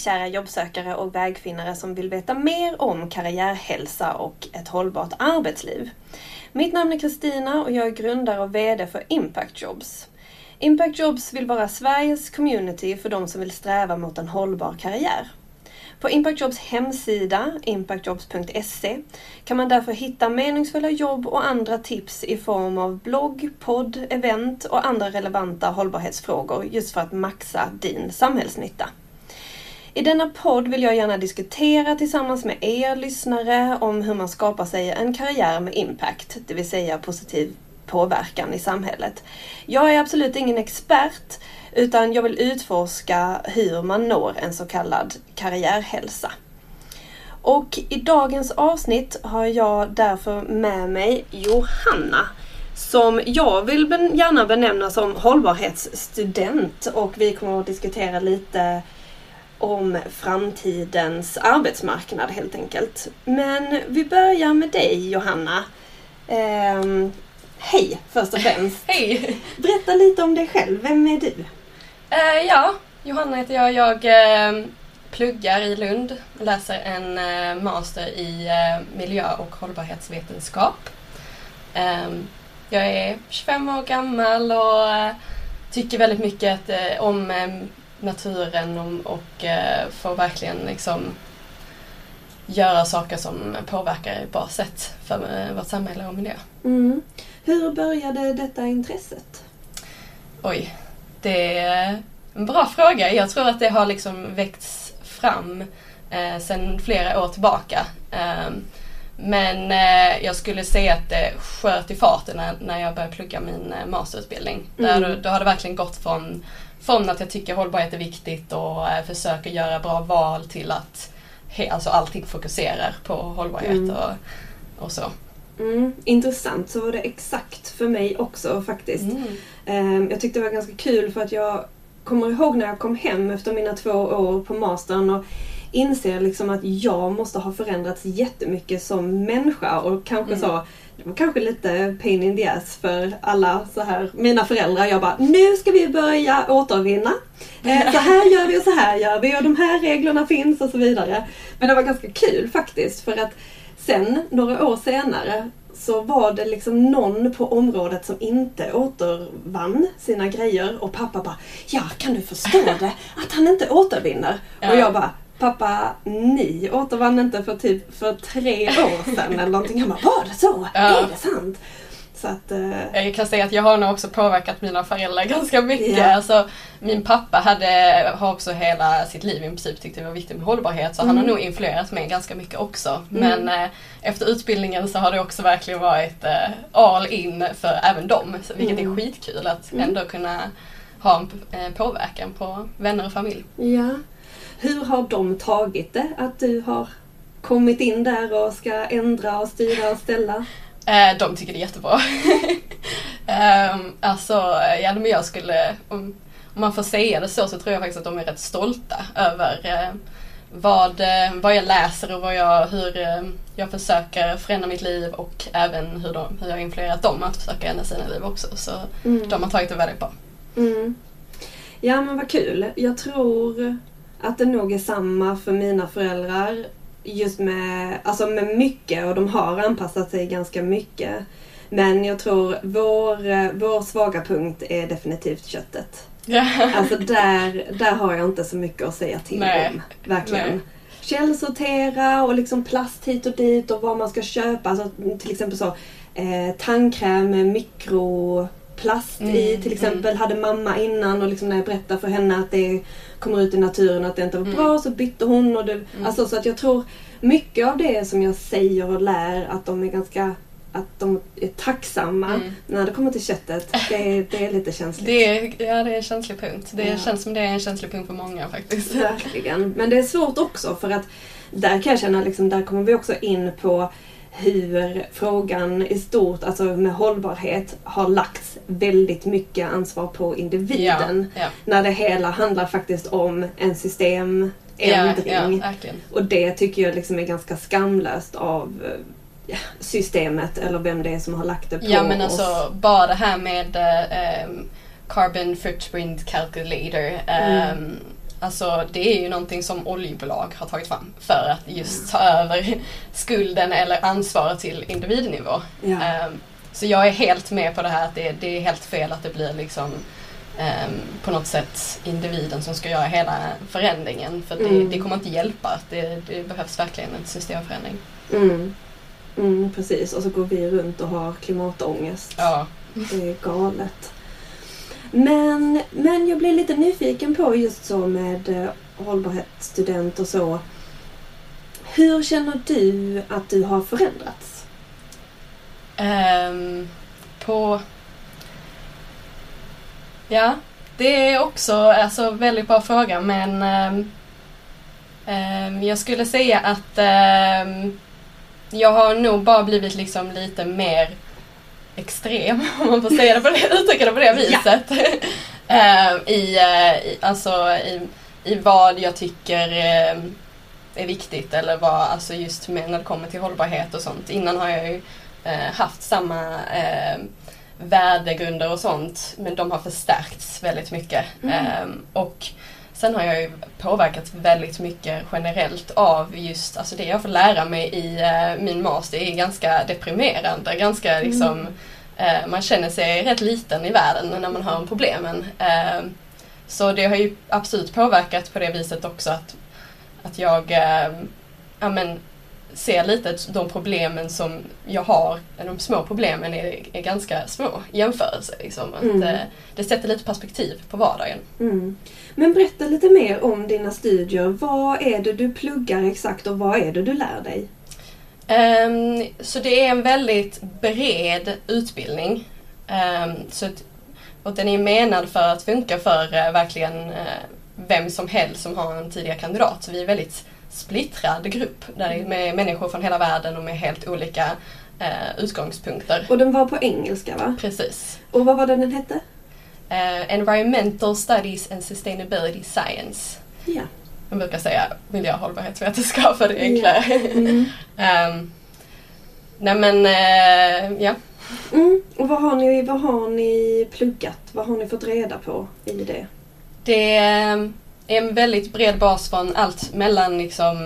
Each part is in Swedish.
nykära jobbsökare och vägfinnare som vill veta mer om karriärhälsa och ett hållbart arbetsliv. Mitt namn är Kristina och jag är grundare och VD för Impact Jobs. Impact Jobs vill vara Sveriges community för de som vill sträva mot en hållbar karriär. På Impact Jobs hemsida, impactjobs.se, kan man därför hitta meningsfulla jobb och andra tips i form av blogg, podd, event och andra relevanta hållbarhetsfrågor just för att maxa din samhällsnytta. I denna podd vill jag gärna diskutera tillsammans med er lyssnare om hur man skapar sig en karriär med impact, det vill säga positiv påverkan i samhället. Jag är absolut ingen expert, utan jag vill utforska hur man når en så kallad karriärhälsa. Och i dagens avsnitt har jag därför med mig Johanna, som jag vill gärna benämna som hållbarhetsstudent, och vi kommer att diskutera lite om framtidens arbetsmarknad helt enkelt. Men vi börjar med dig, Johanna. Hej först och främst. Hej! Berätta lite om dig själv. Vem är du? Johanna heter jag. Jag pluggar i Lund och läser en master i miljö- och hållbarhetsvetenskap. Jag är 25 år gammal och tycker väldigt mycket om naturen och får verkligen liksom göra saker som påverkar ett bra sätt för vårt samhälle och miljö. Mm. Hur började detta intresset? Oj, det är en bra fråga. Jag tror att det har liksom väckts fram sedan flera år tillbaka. Men jag skulle säga att det sköt i farten när jag började plugga min masterutbildning. Då har det verkligen gått från att jag tycker hållbarhet är viktigt och försöker göra bra val till att alltså allting fokuserar på hållbarhet och så. Intressant, så var det exakt för mig också faktiskt. Jag tyckte det var ganska kul för att jag kommer ihåg när jag kom hem efter mina 2 år på mastern och inser liksom att jag måste ha förändrats jättemycket som människa, och kanske det var kanske lite pain in the ass för alla så här, mina föräldrar. Jag bara, nu ska vi börja återvinna. Så här gör vi och så här gör vi och de här reglerna finns och så vidare. Men det var ganska kul faktiskt, för att sen, några år senare, så var det liksom någon på området som inte återvann sina grejer. Och pappa bara, ja, kan du förstå det? Att han inte återvinner. Ja. Och jag bara, pappa, ni återvann inte för 3 år sedan eller någonting. Han bara, var det så? Ja. Är det sant? Så att, jag kan säga att jag har nog också påverkat mina föräldrar ganska mycket. Ja. Alltså, min pappa har också hela sitt liv i princip tyckte det var viktigt med hållbarhet. Så han har nog influerat mig ganska mycket också. Men efter utbildningen så har det också verkligen varit all in för även dem. Vilket är skitkul att ändå kunna ha en påverkan på vänner och familj. Ja. Hur har de tagit det? Att du har kommit in där och ska ändra och styra och ställa? De tycker det är jättebra. Men jag skulle, om man får säga det så tror jag faktiskt att de är rätt stolta över vad jag läser och hur jag försöker förändra mitt liv, och även hur jag har influerat dem att försöka ändra sina liv också. Så de har tagit det väldigt bra. Ja, men vad kul. Jag tror att det nog är samma för mina föräldrar. Just med mycket, och de har anpassat sig ganska mycket. Men jag tror vår svaga punkt är definitivt köttet. Alltså där har jag inte så mycket att säga till om. Verkligen. Nej. Källsortera och liksom plast hit och dit och vad man ska köpa. Alltså, till exempel så tandkräm med mikroplast i. Till exempel hade mamma innan, och liksom när jag berättade för henne att det kommer ut i naturen att det inte var bra, så bytte hon. Och alltså, så att jag tror mycket av det som jag säger och lär att de är tacksamma när det kommer till köttet. Det är lite känsligt. Det är en känslig punkt. Det känns som det är en känslig punkt för många faktiskt. Verkligen. Men det är svårt också, för att där kan jag känna liksom, där kommer vi också in på hur frågan i stort, alltså med hållbarhet, har lagts väldigt mycket ansvar på individen. Ja. När det hela handlar faktiskt om en systemändring. Ja, och det tycker jag liksom är ganska skamlöst av systemet, eller vem det är som har lagt det på men oss. alltså bara det här med carbon footprint calculator. alltså det är ju någonting som oljebolag har tagit fram för att just ta över skulden eller ansvaret till individnivå. Ja. Så jag är helt med på det här att det är helt fel att det blir liksom på något sätt individen som ska göra hela förändringen. För det kommer inte hjälpa. Det behövs verkligen en systemförändring. Precis, och så går vi runt och har klimatångest. Ja. Det är galet. Men jag blir lite nyfiken på just så med hållbarhetsstudent och så. Hur känner du att du har förändrats? Ja, det är också alltså väldigt bra fråga, men jag skulle säga att jag har nog bara blivit liksom lite mer extrem, om man får säga det på det, uttrycka det på det viset. I vad jag tycker är viktigt, eller vad, alltså just med när det kommer till hållbarhet och sånt. Innan har jag ju haft samma värdegrunder och sånt, men de har förstärkts väldigt mycket. Och sen har jag ju påverkats väldigt mycket generellt av just, alltså det jag får lära mig i min master är ganska deprimerande, ganska liksom, man känner sig rätt liten i världen när man hör om problemen. Så det har ju absolut påverkat på det viset också att jag ser lite de problemen som jag har, de små problemen är ganska små i jämförelse. Liksom. Det sätter lite perspektiv på vardagen. Men berätta lite mer om dina studier. Vad är det du pluggar exakt och vad är det du lär dig? Så det är en väldigt bred utbildning. Och den är menad för att funka för verkligen vem som helst som har en tidigare kandidat. Så vi är väldigt splittrad grupp där med människor från hela världen och med helt olika utgångspunkter. Och den var på engelska, va? Precis. Och vad var den hette? Environmental Studies and Sustainability Science. Ja. Jag brukar säga miljö- och hållbarhetsvetenskap för det är enklare. Ja. Och vad har ni pluggat? Vad har ni fått reda på i det? Det är en väldigt bred bas från allt mellan liksom,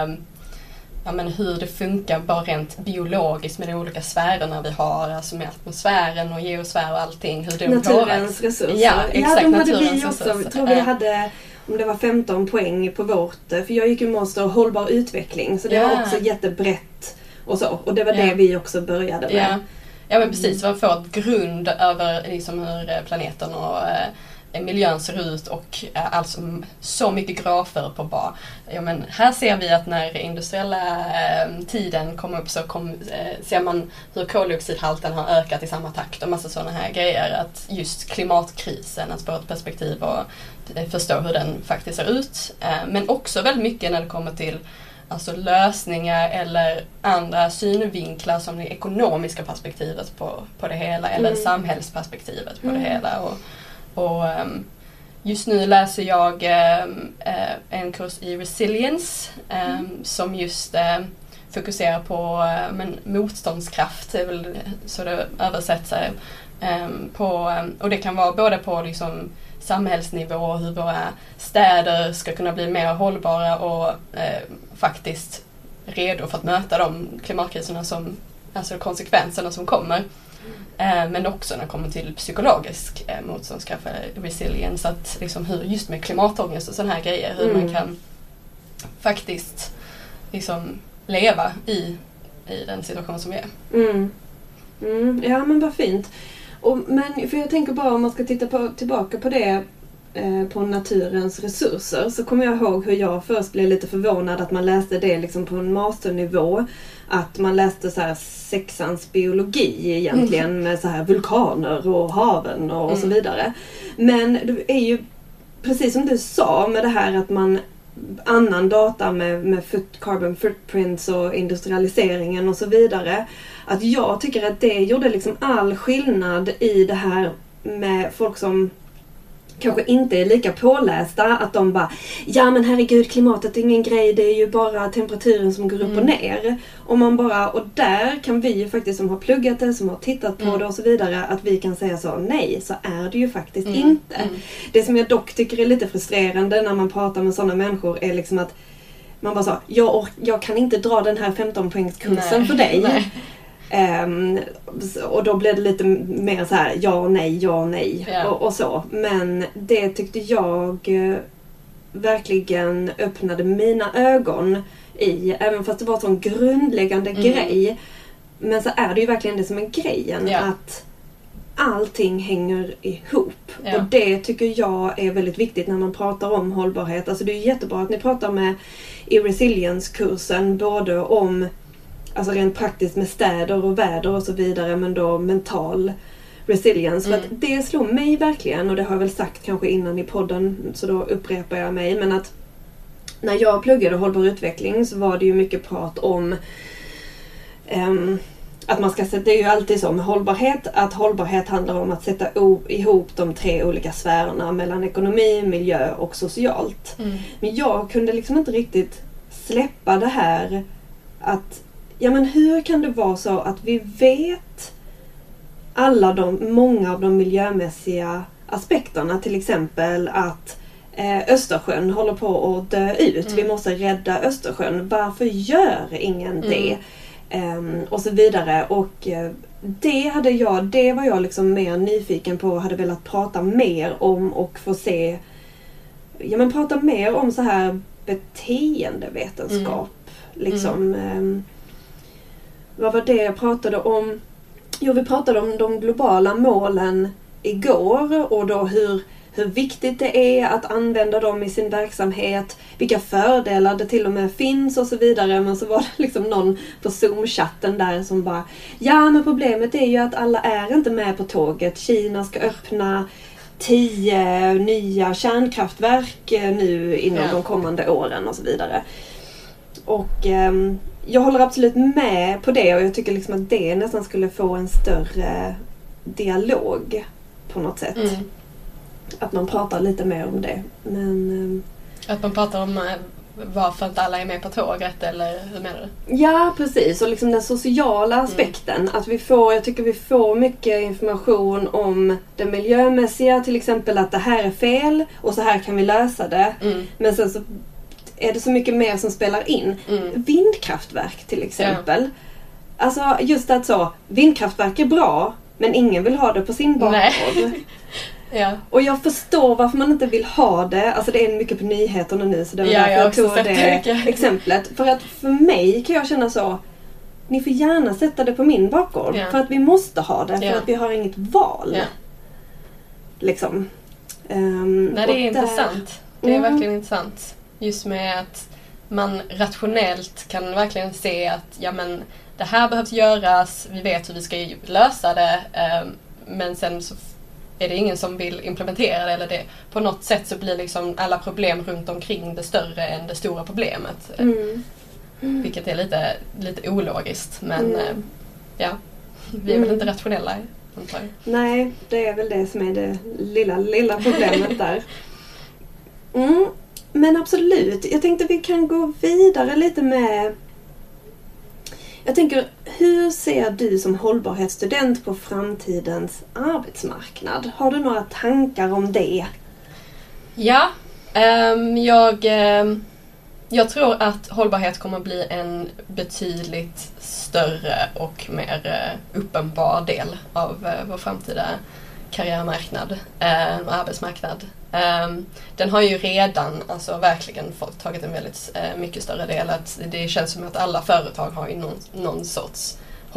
hur det funkar bara rent biologiskt med de olika sfärerna vi har, alltså med atmosfären och geosfär och allting, hur de naturens resurser. Ja, exakt, de hade naturens vi också. resurser. Jag tror vi hade, om det var 15 poäng på vårt, för jag gick ju master hållbar utveckling, så det var också jättebrett och så. Och det var det vi också började med. Ja, men precis. Man får ett grund över liksom hur planeten och miljön ser ut och alltså så mycket grafer på bara. Ja, men här ser vi att när industriella tiden kom upp så ser man hur koldioxidhalten har ökat i samma takt och massa sådana här grejer. Att just klimatkrisen, att få ett perspektiv och förstå hur den faktiskt ser ut. Men också väldigt mycket när det kommer till alltså lösningar eller andra synvinklar som det ekonomiska perspektivet på det hela eller samhällsperspektivet på det hela. Och just nu läser jag en kurs i resilience som just fokuserar på motståndskraft, det är väl så det översätts och det kan vara både på liksom samhällsnivå, hur våra städer ska kunna bli mer hållbara och faktiskt redo för att möta de klimatkriserna alltså konsekvenserna som kommer. Men också när det kommer till psykologisk motståndskraft, resilience, att liksom hur just med klimatångest och sådana här grejer, hur man kan faktiskt liksom leva i den situation som vi är. Ja, men vad fint. Men för jag tänker bara om man ska titta tillbaka på det på naturens resurser, så kommer jag ihåg hur jag först blev lite förvånad att man läste det liksom på en masternivå, att man läste så här sexans biologi egentligen med så här vulkaner och haven och så vidare. Men det är ju precis som du sa med det här att man annan data med carbon footprints och industrialiseringen och så vidare, att jag tycker att det gjorde liksom all skillnad i det här med folk som kanske inte är lika pålästa, att de bara, ja men herregud, klimatet är ingen grej, det är ju bara temperaturen som går upp och ner. Och man bara, och där kan vi ju faktiskt som har pluggat det, som har tittat på det och så vidare, att vi kan säga så, nej, så är det ju faktiskt inte. Det som jag dock tycker är lite frustrerande när man pratar med sådana människor är liksom att man bara så, jag kan inte dra den här 15-poängskursen för dig. Nej. Och då blev det lite mer så här, ja, nej och så. Men det tyckte jag verkligen öppnade mina ögon i, även fast det var en sån grundläggande grej. Men så är det ju verkligen det som är grejen, att allting hänger ihop. Och det tycker jag är väldigt viktigt när man pratar om hållbarhet. Alltså det är jättebra att ni pratar med i resilience-kursen både om, alltså rent praktiskt med städer och väder och så vidare, men då mental resilience. För att det slog mig verkligen, och det har jag väl sagt kanske innan i podden, så då upprepar jag mig, men att när jag pluggade hållbar utveckling så var det ju mycket prat om att man ska sätta, det är ju alltid så med hållbarhet, att hållbarhet handlar om att sätta ihop de 3 olika sfärerna mellan ekonomi, miljö och socialt. Men jag kunde liksom inte riktigt släppa det här att, ja men hur kan det vara så att vi vet många av de miljömässiga aspekterna, till exempel att Östersjön håller på att dö ut, vi måste rädda Östersjön, varför gör ingen det? Och så vidare. Och det var jag liksom mer nyfiken på, hade velat prata mer om och få se, ja men prata mer om så här beteendevetenskap liksom. Vad var det jag pratade om? Jo, vi pratade om de globala målen igår, och då hur viktigt det är att använda dem i sin verksamhet, vilka fördelar det till och med finns och så vidare. Men så var det liksom någon på Zoom-chatten där som bara, ja men problemet är ju att alla är inte med på tåget. Kina ska öppna 10 nya kärnkraftverk nu inom de kommande åren och så vidare. Och jag håller absolut med på det, och jag tycker liksom att det nästan skulle få en större dialog på något sätt. Att man pratar lite mer om det. Men att man pratar om varför inte alla är med på tåget, eller hur menar du? Ja, precis. Och liksom den sociala aspekten. Att jag tycker vi får mycket information om det miljömässiga. Till exempel att det här är fel och så här kan vi lösa det. Men sen så är det så mycket mer som spelar in. Vindkraftverk till exempel. Alltså just att vindkraftverk är bra, men ingen vill ha det på sin bakgård. Och jag förstår varför man inte vill ha det. Alltså det är mycket på nyheterna nu, så det var därför jag tog det exemplet. För att för mig kan jag känna så, ni får gärna sätta det på min bakgård. För att vi måste ha det, för att vi har inget val. Liksom. Nej, det är intressant. Det är verkligen intressant. Just med att man rationellt kan verkligen se att ja, men det här behövs göras, vi vet hur vi ska lösa det, men sen så är det ingen som vill implementera det, eller det på något sätt så blir liksom alla problem runt omkring det större än det stora problemet. Vilket är lite ologiskt, men vi är väl inte rationella, antar jag. Nej, det är väl det som är det lilla problemet där. Men absolut, jag tänkte vi kan gå vidare lite med... Jag tänker, hur ser du som hållbarhetsstudent på framtidens arbetsmarknad? Har du några tankar om det? Ja, jag tror att hållbarhet kommer att bli en betydligt större och mer uppenbar del av vår framtida karriärmarknad och arbetsmarknad. Den har ju redan verkligen tagit en väldigt mycket större del. Att det känns som att alla företag har ju någon sorts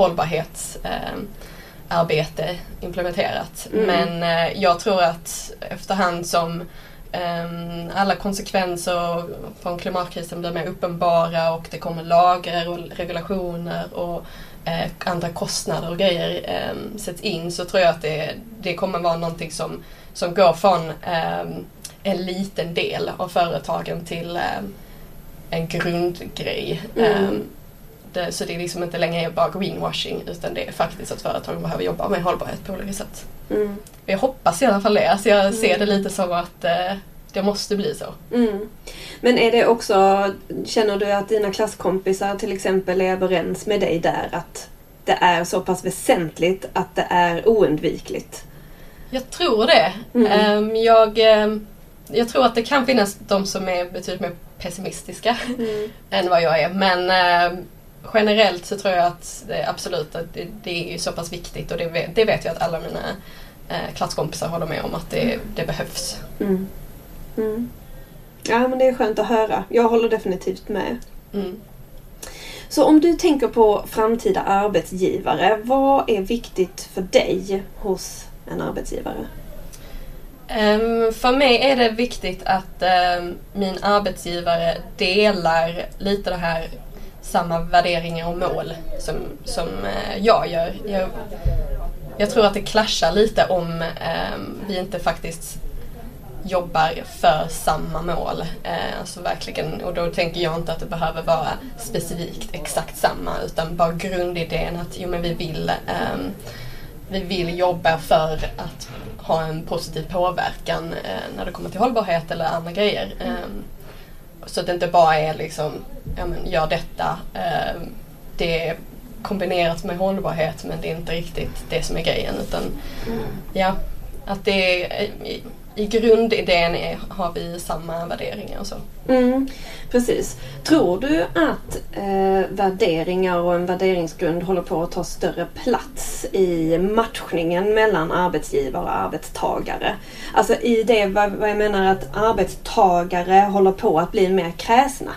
hållbarhetsarbete implementerat. Men jag tror att efterhand som alla konsekvenser från klimatkrisen blir mer uppenbara och det kommer lagar och regulationer och andra kostnader och grejer sätts in, så tror jag att det kommer vara någonting som går från en liten del av företagen till en grundgrej. Så det är liksom inte längre bara greenwashing, utan det är faktiskt att företagen behöver jobba med hållbarhet på olika sätt. jag hoppas i alla fall det. Alltså jag ser det lite som att det måste bli så. Men är det också, känner du att dina klasskompisar till exempel är överens med dig där att det är så pass väsentligt att det är oundvikligt? Jag tror det. Jag tror att det kan finnas de som är betydligt mer pessimistiska än vad jag är. Men generellt så tror jag att det absolut att det är så pass viktigt, och det vet jag att alla mina klasskompisar håller med om, att det behövs. Ja, men det är skönt att höra. Jag håller definitivt med. Så om du tänker på framtida arbetsgivare, vad är viktigt för dig hos en arbetsgivare? För mig är det viktigt att min arbetsgivare delar lite det här samma värderingar och mål som jag gör. Jag tror att det clashar lite om vi inte faktiskt jobbar för samma mål. Alltså verkligen, och då tänker jag inte att det behöver vara specifikt exakt samma, utan bara grundidén att men vi vill jobba för att ha en positiv påverkan när det kommer till hållbarhet eller andra grejer. Så att det inte bara är liksom, gör detta, det är kombinerat med hållbarhet, men det är inte riktigt det som är grejen, utan att det är, i grundidén har vi samma värderingar och så. Precis. Tror du att värderingar och en värderingsgrund håller på att ta större plats i matchningen mellan arbetsgivare och arbetstagare? Alltså i det vad jag menar, att arbetstagare håller på att bli mer kräsna?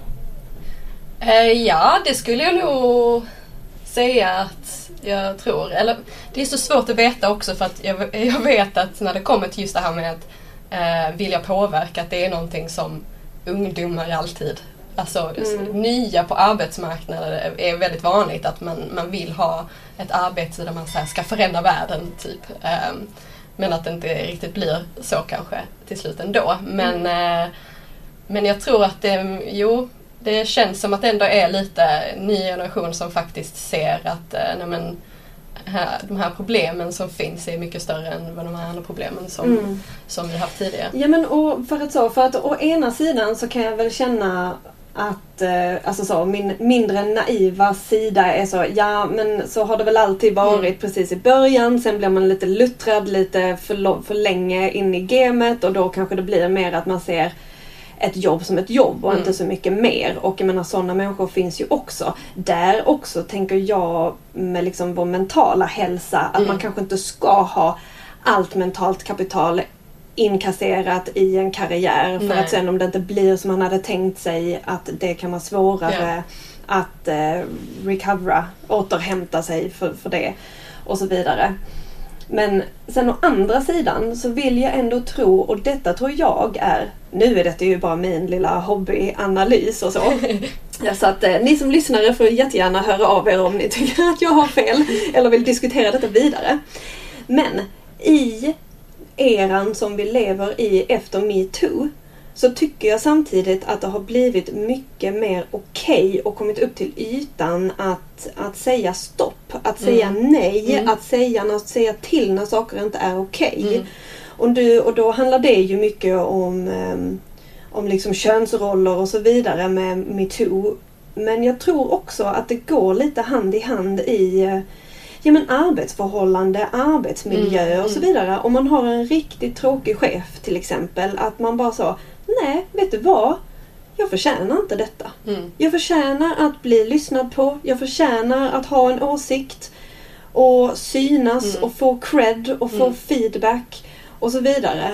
Ja, det skulle jag nog säga att jag tror. Eller, det är så svårt att veta också, för att jag vet att när det kommer till just det här med att vilja påverka, att det är någonting som ungdomar alltid, alltså nya på arbetsmarknaden, är väldigt vanligt att man vill ha ett arbete där man så här, ska förändra världen typ. Men att det inte riktigt blir så kanske till slut ändå. Men jag tror att det känns som att det ändå är lite ny generation som faktiskt ser att de här problemen som finns är mycket större än vad de här andra problemen som vi haft tidigare. Ja, men för att å ena sidan så kan jag väl känna att min mindre naiva sida är så, men så har det väl alltid varit precis i början, sen blir man lite luttrad lite för länge in i gamet, och då kanske det blir mer att man ser ett jobb som ett jobb och inte så mycket mer. Och jag menar, sådana människor finns ju också. Där också tänker jag med liksom vår mentala hälsa att man kanske inte ska ha allt mentalt kapital inkasserat i en karriär. För att sen om det inte blir som man hade tänkt sig, att det kan vara svårare att recovera, återhämta sig för det och så vidare. Men sen å andra sidan så vill jag ändå tro, och detta tror jag är, nu är detta ju bara min lilla hobbyanalys och så. Så att ni som lyssnare får jättegärna höra av er om ni tycker att jag har fel eller vill diskutera detta vidare. Men i eran som vi lever i efter MeToo, så tycker jag samtidigt att det har blivit mycket mer okej och kommit upp till ytan att säga stopp, att säga nej, att säga till när saker inte är okej. Och då handlar det ju mycket om liksom könsroller och så vidare med MeToo. Men jag tror också att det går lite hand i hand i arbetsförhållande, arbetsmiljö och så vidare. Om man har en riktigt tråkig chef till exempel, att man bara så, nej, vet du vad? Jag förtjänar inte detta. Jag förtjänar att bli lyssnad på. Jag förtjänar att ha en åsikt och synas och få cred och få feedback och så vidare.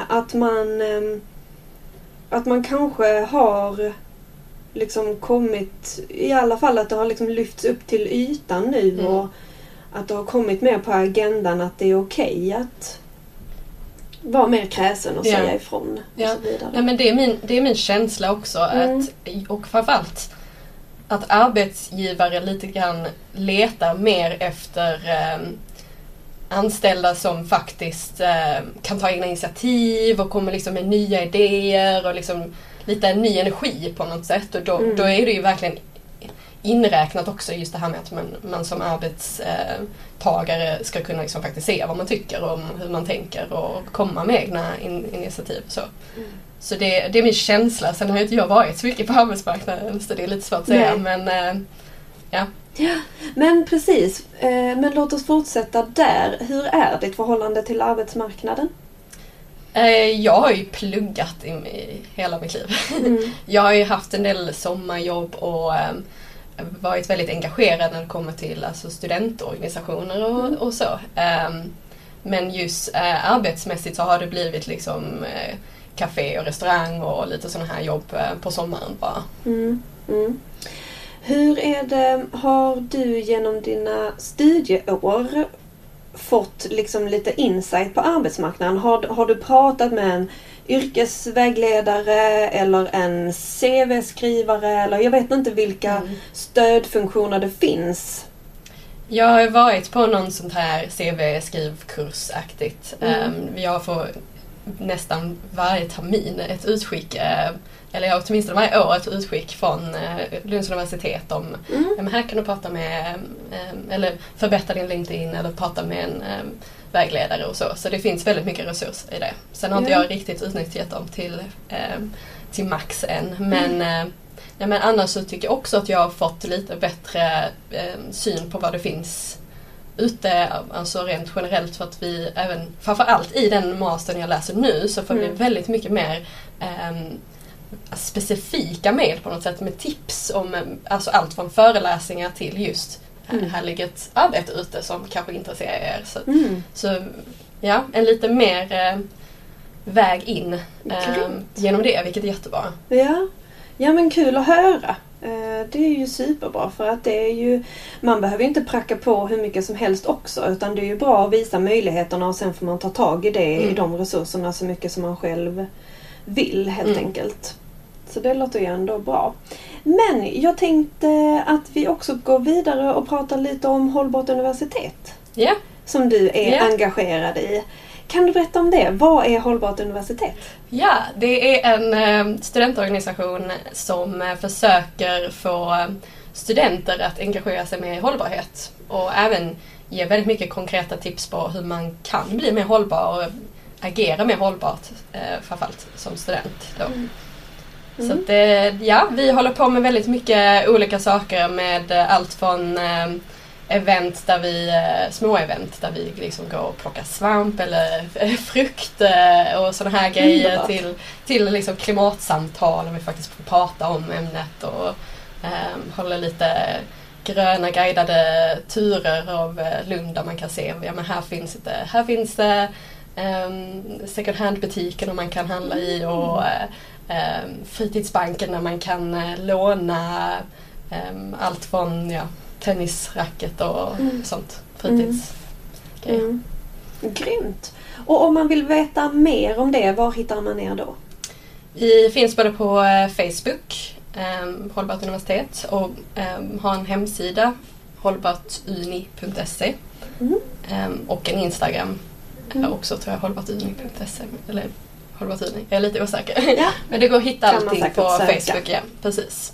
Att man kanske har liksom kommit, i alla fall att det har liksom lyfts upp till ytan nu och att det har kommit mer på agendan att det är okej att vara mer kräsen och säga ifrån och så vidare. Nej, men det är min känsla också och framförallt att arbetsgivare lite grann letar mer efter anställda som faktiskt kan ta egna initiativ och kommer liksom med nya idéer och liksom lite ny energi på något sätt, och då är det ju verkligen inräknat också just det här med att man som arbetstagare ska kunna liksom faktiskt se vad man tycker om hur man tänker och komma med egna initiativ. Så det är min känsla. Sen har inte jag varit så mycket på arbetsmarknaden så det är lite svårt att säga. Men ja. Men precis. Men låt oss fortsätta där. Hur är ditt förhållande till arbetsmarknaden? Jag har ju pluggat i hela mitt liv. Jag har ju haft en del sommarjobb och varit väldigt engagerad när det kommer till alltså, studentorganisationer och så. Men just arbetsmässigt så har det blivit liksom café och restaurang och lite sådana här jobb på sommaren bara. Hur är det, har du genom dina studieår fått liksom lite insight på arbetsmarknaden? Har du pratat med en yrkesvägledare eller en CV-skrivare eller jag vet inte vilka stödfunktioner det finns? Jag har varit på någon sån här CV-skrivkursaktigt. Jag får nästan varje termin ett utskick eller åtminstone varje år ett utskick från Lunds universitet om men här kan du prata med eller förbättra din LinkedIn eller prata med en vägledare och så. Så det finns väldigt mycket resurser i det. Sen har inte jag riktigt utnyttjat dem till max än. Men annars så tycker jag också att jag har fått lite bättre syn på vad det finns ute, alltså rent generellt för att vi även, framförallt i den mastern jag läser nu så får vi väldigt mycket mer specifika med på något sätt med tips om alltså allt från föreläsningar till just här ligger ett arbete ute som kanske intresserar er. Så ja, en lite mer väg in genom det, vilket är jättebra. Ja men kul att höra. Det är ju superbra för att det är ju, man behöver ju inte pracka på hur mycket som helst också utan det är ju bra att visa möjligheterna och sen får man ta tag i det i de resurserna så mycket som man själv vill helt enkelt. Så det låter ju ändå bra. Men jag tänkte att vi också går vidare och pratar lite om Hållbart universitet. Ja. Som du är engagerad i. Kan du berätta om det? Vad är Hållbart universitet? Ja, det är en studentorganisation som försöker få studenter att engagera sig med hållbarhet. Och även ge väldigt mycket konkreta tips på hur man kan bli mer hållbar och agera mer hållbart, framförallt som student då. Så att, vi håller på med väldigt mycket olika saker med allt från event där vi, små event där vi liksom går och plockar svamp eller frukt och sådana här grejer till liksom klimatsamtal där vi faktiskt får prata om ämnet och håller lite gröna guidade turer av Lund där man kan se, ja men här finns det second hand butiken och man kan handla i och fritidsbanken där man kan låna allt från tennisracket och sånt fritidsgrejer. Grymt! Och om man vill veta mer om det, var hittar man er då? Vi finns både på Facebook, Hållbart universitet, och har en hemsida, hållbartuni.se och en Instagram också tror jag, hållbartuni.se eller hållbartuni, jag är lite osäker. Ja. Men det går att hitta allting på Facebook, ja, precis.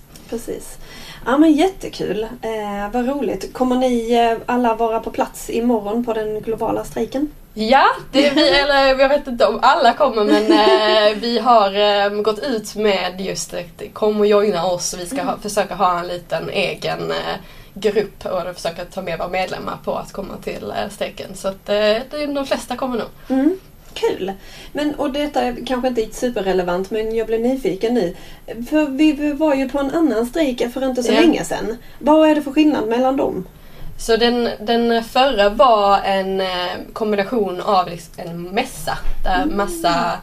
Ja men jättekul, vad roligt. Kommer ni alla vara på plats imorgon på den globala strejken? Ja, eller jag vet inte om alla kommer men vi har gått ut med just det, kom och joina oss och vi ska försöka ha en liten egen grupp och försöka ta med våra medlemmar på att komma till strejken. Så att de flesta kommer nog. Kul! Och detta är kanske inte superrelevant men jag blev nyfiken nu. För vi var ju på en annan strejk för inte så länge sedan. Vad är det för skillnad mellan dem? Så den förra var en kombination av en mässa där massa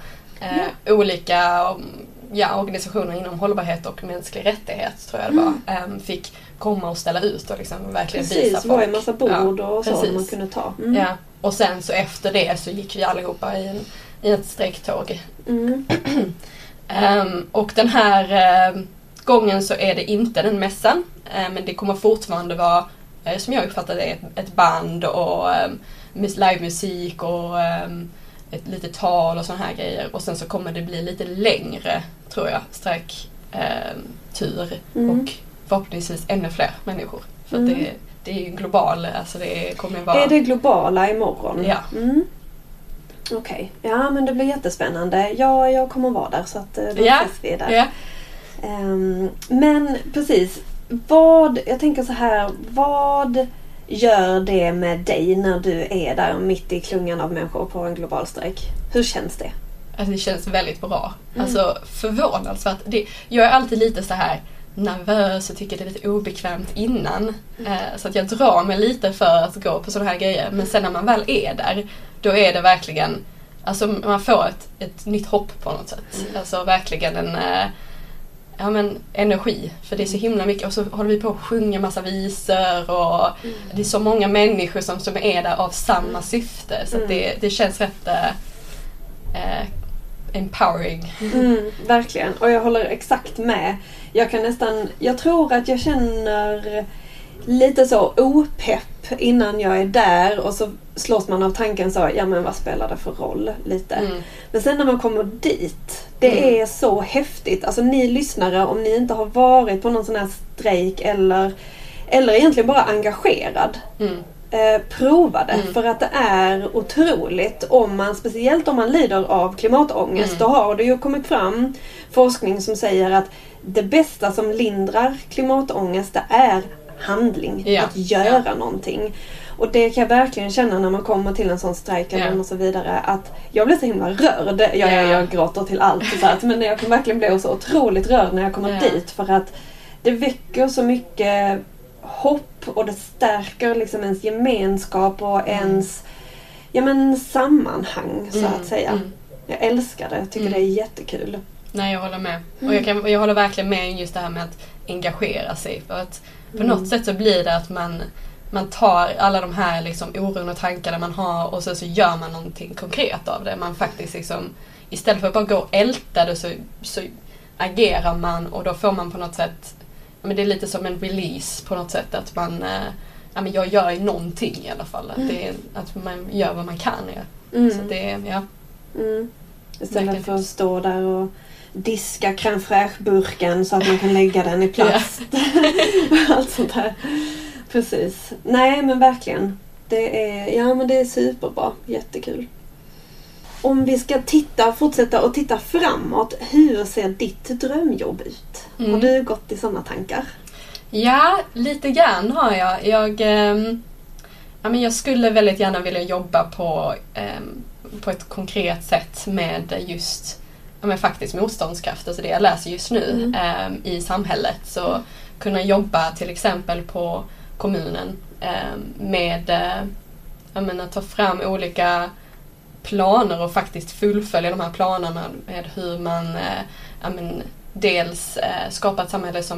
olika organisationer inom hållbarhet och mänsklig rättighet tror jag det var, fick komma och ställa ut och liksom verkligen visa folk. Precis, var en massa bord och så man kunde ta. Ja. Och sen så efter det så gick vi allihopa i ett strejktåg. Och den här gången så är det inte den mässan, men det kommer fortfarande vara, som jag uppfattar det, ett band och livemusik och ett litet tal och såna här grejer. Och sen så kommer det bli lite längre, tror jag, strejktur och förhoppningsvis ännu fler människor. För att det är ju global, alltså det kommer vara... Är det globala imorgon? Ja. Okej. Ja, men det blir jättespännande. Ja, jag kommer vara där, så att då ses vi där. Ja. Men precis, jag tänker så här, vad gör det med dig när du är där mitt i klungan av människor på en global strejk? Hur känns det? Alltså det känns väldigt bra. Alltså förvånansvärt. Jag är alltid lite så här nervös och tycker det är lite obekvämt innan. Så att jag drar mig lite för att gå på sådana här grejer. Men sen när man väl är där, då är det verkligen, alltså man får ett nytt hopp på något sätt. Alltså verkligen en energi. För det är så himla mycket. Och så håller vi på att sjunga massa visor. Och det är så många människor som är där av samma syfte. Så att det känns rätt empowering. Verkligen. Och jag håller exakt med. Jag tror att jag känner lite så opepp innan jag är där, och så slås man av tanken så, ja men vad spelar det för roll lite. Men sen när man kommer dit, det är så häftigt. Alltså ni lyssnare, om ni inte har varit på någon sån här strejk eller egentligen bara engagerad, prova det, för att det är otroligt. Speciellt om man lider av klimatångest, då har det ju kommit fram forskning som säger att det bästa som lindrar klimatångest, det är handling, att göra någonting. Och det kan jag verkligen känna när man kommer till en sån strejk och så vidare, att jag blir så himla rörd. Jag gråter till allt så att, men jag kan verkligen bli så otroligt rörd när jag kommer dit, för att det väcker så mycket hopp, och det stärker liksom ens gemenskap och ens sammanhang, så att säga. Jag älskar det, jag tycker det är jättekul. Nej, jag håller med. Och jag håller verkligen med just det här med att engagera sig. För att på något sätt så blir det att man tar alla de här liksom oron och tankarna man har, och så gör man någonting konkret av det. Man faktiskt liksom, istället för att bara gå och älta det, så agerar man, och då får man på något sätt, men det är lite som en release på något sätt, att man jag gör någonting i alla fall. Att man gör vad man kan. Så det istället för att stå där och diska crème fraîche-burken så att man kan lägga den i plast. Allt sånt här. Precis. Nej, men verkligen. Det är superbra. Jättekul. Om vi ska fortsätta och titta framåt, hur ser ditt drömjobb ut? Har du gått i sådana tankar? Ja, lite grann har jag. Jag skulle väldigt gärna vilja jobba på ett konkret sätt med just faktiskt motståndskraft, alltså det jag läser just nu i samhället. Så kunna jobba till exempel på kommunen med att ta fram olika planer och faktiskt fullfölja de här planerna med hur man dels skapar ett samhälle som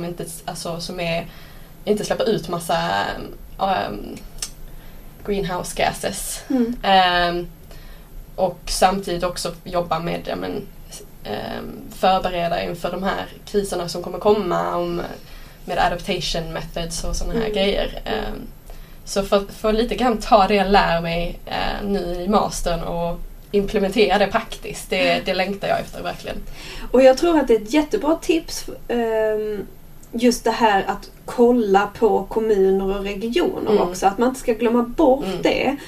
inte släpper ut massa greenhouse gases. Och samtidigt också jobba med förbereda inför de här kriserna som kommer komma, med adaptation methods och sådana här grejer. Så för lite grann ta det jag lär mig nu i mastern och implementera det praktiskt. Det längtar jag efter verkligen. Och jag tror att det är ett jättebra tips, just det här att kolla på kommuner och regioner också. Att man inte ska glömma bort det.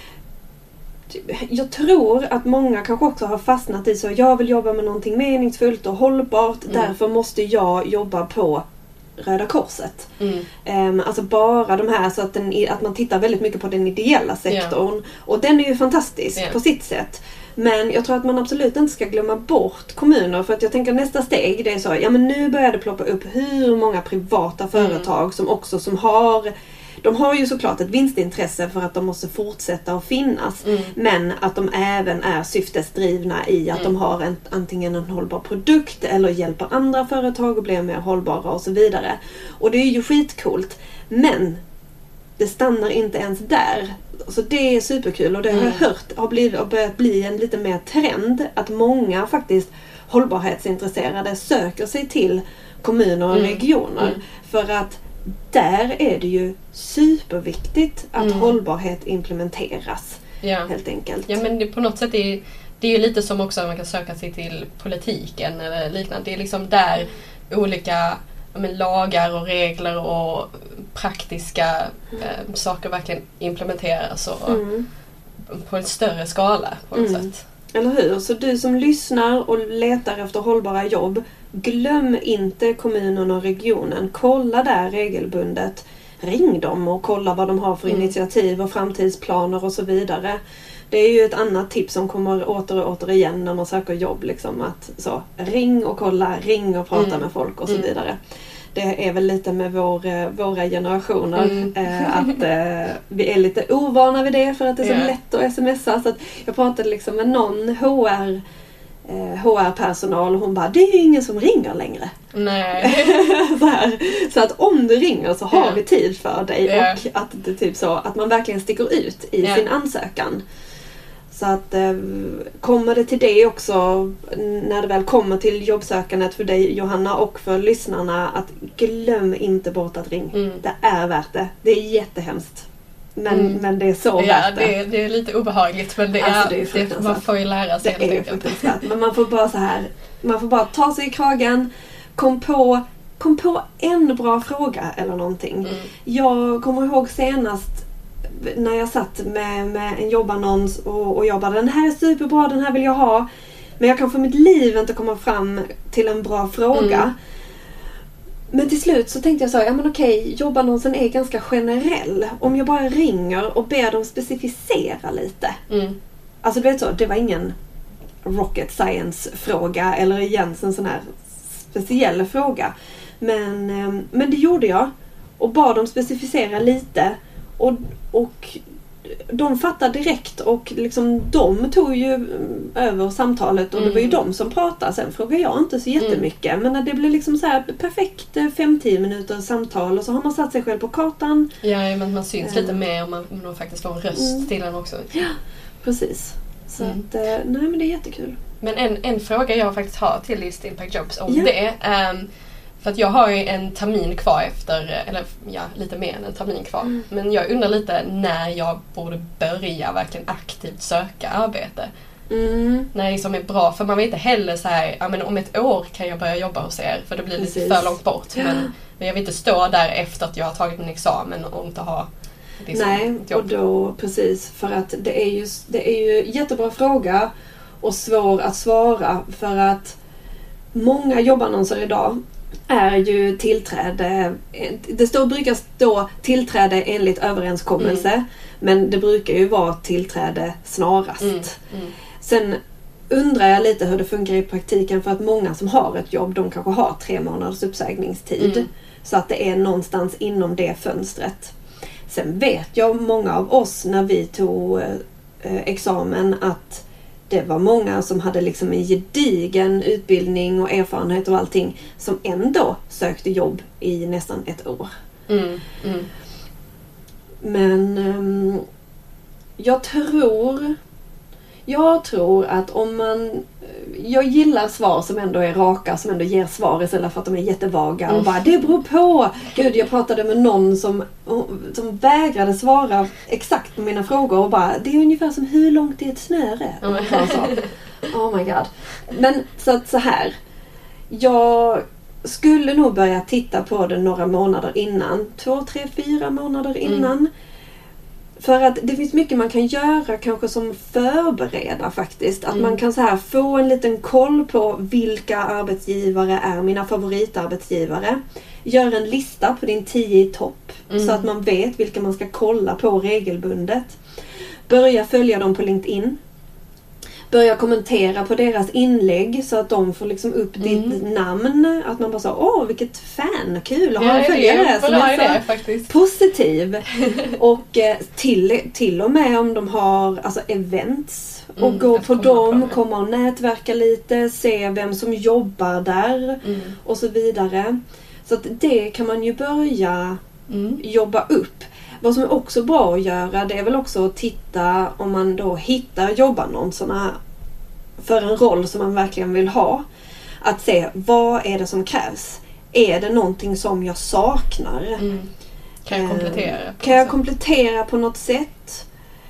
Jag tror att många kanske också har fastnat i så, jag vill jobba med någonting meningsfullt och hållbart, därför måste jag jobba på Röda Korset. Alltså bara de här, så att man tittar väldigt mycket på den ideella sektorn. Och den är ju fantastisk på sitt sätt. Men jag tror att man absolut inte ska glömma bort kommuner, för att jag tänker nästa steg, det är så, men nu börjar det ploppa upp hur många privata företag som har ju såklart ett vinstintresse för att de måste fortsätta att finnas, men att de även är syftesdrivna i att de har antingen en hållbar produkt eller hjälper andra företag att bli mer hållbara och så vidare. Och det är ju skitcoolt, men det stannar inte ens där. Så det är superkul, och det har jag hört har börjat bli en lite mer trend, att många faktiskt hållbarhetsintresserade söker sig till kommuner och regioner, för att där är det ju superviktigt att hållbarhet implementeras, helt enkelt. Ja, men det, på något sätt det är ju lite som också att man kan söka sig till politiken eller liknande. Det är liksom där olika lagar och regler och praktiska saker verkligen implementeras och på en större skala på något sätt. Eller hur? Så du som lyssnar och letar efter hållbara jobb, glöm inte kommunen och regionen. Kolla där regelbundet. Ring dem och kolla vad de har för initiativ och framtidsplaner och så vidare. Det är ju ett annat tips som kommer åter och åter igen när man söker jobb. Liksom, att så, ring och kolla, ring och prata med folk och så vidare. Det är väl lite med våra generationer att vi är lite ovana vid det för att det är så lätt att smsa. Så att jag pratade liksom med någon HR-personal och hon bara, det är ju ingen som ringer längre. Nej. så att om du ringer så har vi tid för dig och att det typ så att man verkligen sticker ut i sin ansökan. Så att kommer det till det också när det väl kommer till jobbsökandet för dig Johanna och för lyssnarna, att glöm inte bort att ring. Det är värt det. Det är jättehemskt. Men det är så värt det. Det är lite obehagligt men det är man får ju lära sig. Det är fruktansvärt. Men man får bara så här, man får bara ta sig i kragen, kom på en bra fråga eller någonting. Jag kommer ihåg senast när jag satt med en jobbannons och jag bara, den här är superbra, den här vill jag ha. Men jag kan för mitt liv inte komma fram till en bra fråga. Men till slut så tänkte jag så, ja men okej, jobbannonsen är ganska generell. Om jag bara ringer och ber dem specificera lite. Alltså du vet så, det var ingen rocket science-fråga eller egentligen en sån här speciell fråga. Men det gjorde jag och bad dem specificera lite. Och de fattade direkt och liksom de tog ju över samtalet och det var ju de som pratade. Sen frågade jag inte så jättemycket. Men det blev liksom så här perfekt 5-10 minuter samtal och så har man satt sig själv på kartan. Ja, men man syns lite mer om man faktiskt får en röst till den också. Ja, precis. Så att, nej men det är jättekul. Men en fråga jag faktiskt har till List Impact Jobs om det för att jag har ju en termin kvar lite mer än en termin kvar. Men jag undrar lite när jag borde börja verkligen aktivt söka arbete. När det liksom är bra, för man vet inte heller så här, ja men om ett år kan jag börja jobba hos er för det blir lite för långt bort. Men jag vill inte stå där efter att jag har tagit min examen och inte ha jobb. Och då precis, för att det är ju jättebra fråga och svår att svara för att många jobbannonser idag är ju tillträde. Brukar stå tillträde enligt överenskommelse. Men det brukar ju vara tillträde snarast. Sen undrar jag lite hur det funkar i praktiken för att många som har ett jobb, de kanske har 3 månaders uppsägningstid. Så att det är någonstans inom det fönstret. Sen vet jag många av oss när vi tog examen att det var många som hade liksom en gedigen utbildning och erfarenhet och allting som ändå sökte jobb i nästan ett år. Men jag tror att om man... Jag gillar svar som ändå är raka, som ändå ger svar istället för att de är jättevaga och bara, det beror på. Gud, jag pratade med någon som vägrade svara exakt på mina frågor och bara, det är ungefär som hur långt är ett snöre? Oh my god. Men så här. Jag skulle nog börja titta på det några månader innan. 2, 3, 4 månader innan. För att det finns mycket man kan göra kanske som förbereda faktiskt. Att man kan så här få en liten koll på vilka arbetsgivare är mina favoritarbetsgivare. Gör en lista på din 10 i topp. Så att man vet vilka man ska kolla på regelbundet. Börja följa dem på LinkedIn. Börja kommentera på deras inlägg så att de får liksom upp ditt namn. Att man bara så, vilket fan, kul att ha en följare som är så positiv. Och till och med om de har alltså events och gå på dem, komma och nätverka lite, se vem som jobbar där och så vidare. Så att det kan man ju börja jobba upp. Vad som är också bra att göra, det är väl också att titta om man då hittar jobbannonserna för en roll som man verkligen vill ha. Att se, vad är det som krävs? Är det någonting som jag saknar? Kan jag komplettera? Kan jag komplettera på något sätt?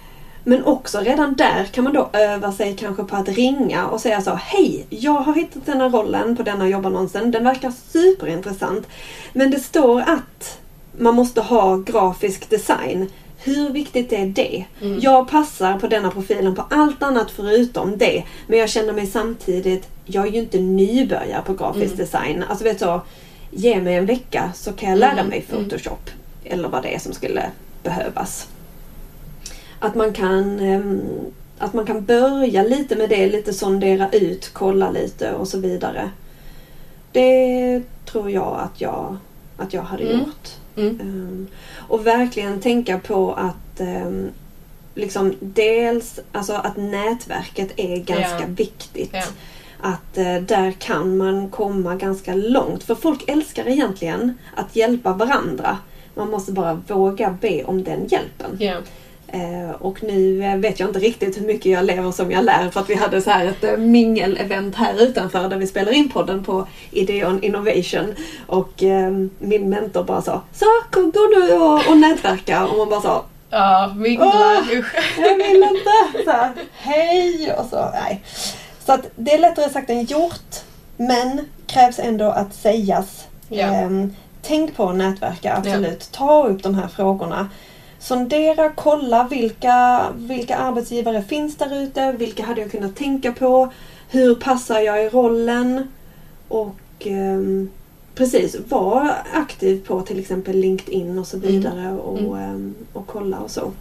Men också redan där kan man då öva sig kanske på att ringa och säga så: hej, jag har hittat den här rollen på denna jobbannonsen. Den verkar superintressant. Men det står att man måste ha grafisk design. Hur viktigt är det? Jag passar på denna profilen på allt annat förutom det. Men jag känner mig samtidigt, jag är ju inte nybörjare på grafisk design. Alltså vet så, ge mig en vecka så kan jag lära mig Photoshop. Eller vad det är som skulle behövas. Att man kan börja lite med det, lite sondera ut, kolla lite och så vidare. Det tror jag att jag hade gjort. Och verkligen tänka på att liksom dels alltså att nätverket är ganska viktigt. Att där kan man komma ganska långt. För folk älskar egentligen att hjälpa varandra. Man måste bara våga be om den hjälpen. Och nu vet jag inte riktigt hur mycket jag lever som jag lär, för att vi hade så här ett mingel-event här utanför där vi spelar in podden på Ideon Innovation, och min mentor bara sa: så, gå nu och nätverka, och man bara sa: ja, mingla, jag vill inte så här, hej, och så, nej. Så att det är lättare sagt än gjort, men krävs ändå att sägas. Tänk på att nätverka, absolut. Ta upp de här frågorna. Sondera, kolla vilka arbetsgivare finns där ute, vilka hade jag kunnat tänka på, hur passar jag i rollen, och precis, var aktiv på till exempel LinkedIn och så vidare och kolla och så.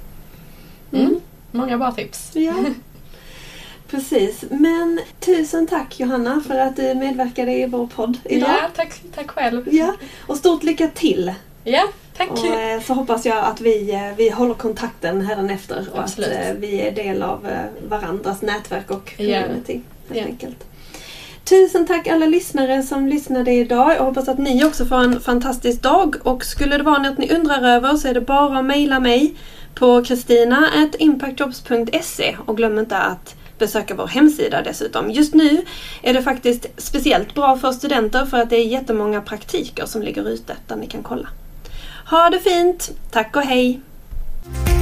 Många bra tips. Ja, precis. Men tusen tack Johanna för att du medverkade i vår podd idag. Ja, tack själv. Ja, och stort lycka till. Ja, tack. Och så hoppas jag att vi håller kontakten härefter och absolut. Att vi är del av varandras nätverk och community. Helt enkelt. Tusen tack alla lyssnare som lyssnade idag. Jag hoppas att ni också får en fantastisk dag. Och skulle det vara något ni undrar över så är det bara att mejla mig på kristina@impactjobs.se, och glöm inte att besöka vår hemsida dessutom. Just nu är det faktiskt speciellt bra för studenter för att det är jättemånga praktiker som ligger ute där ni kan kolla. Ha det fint! Tack och hej!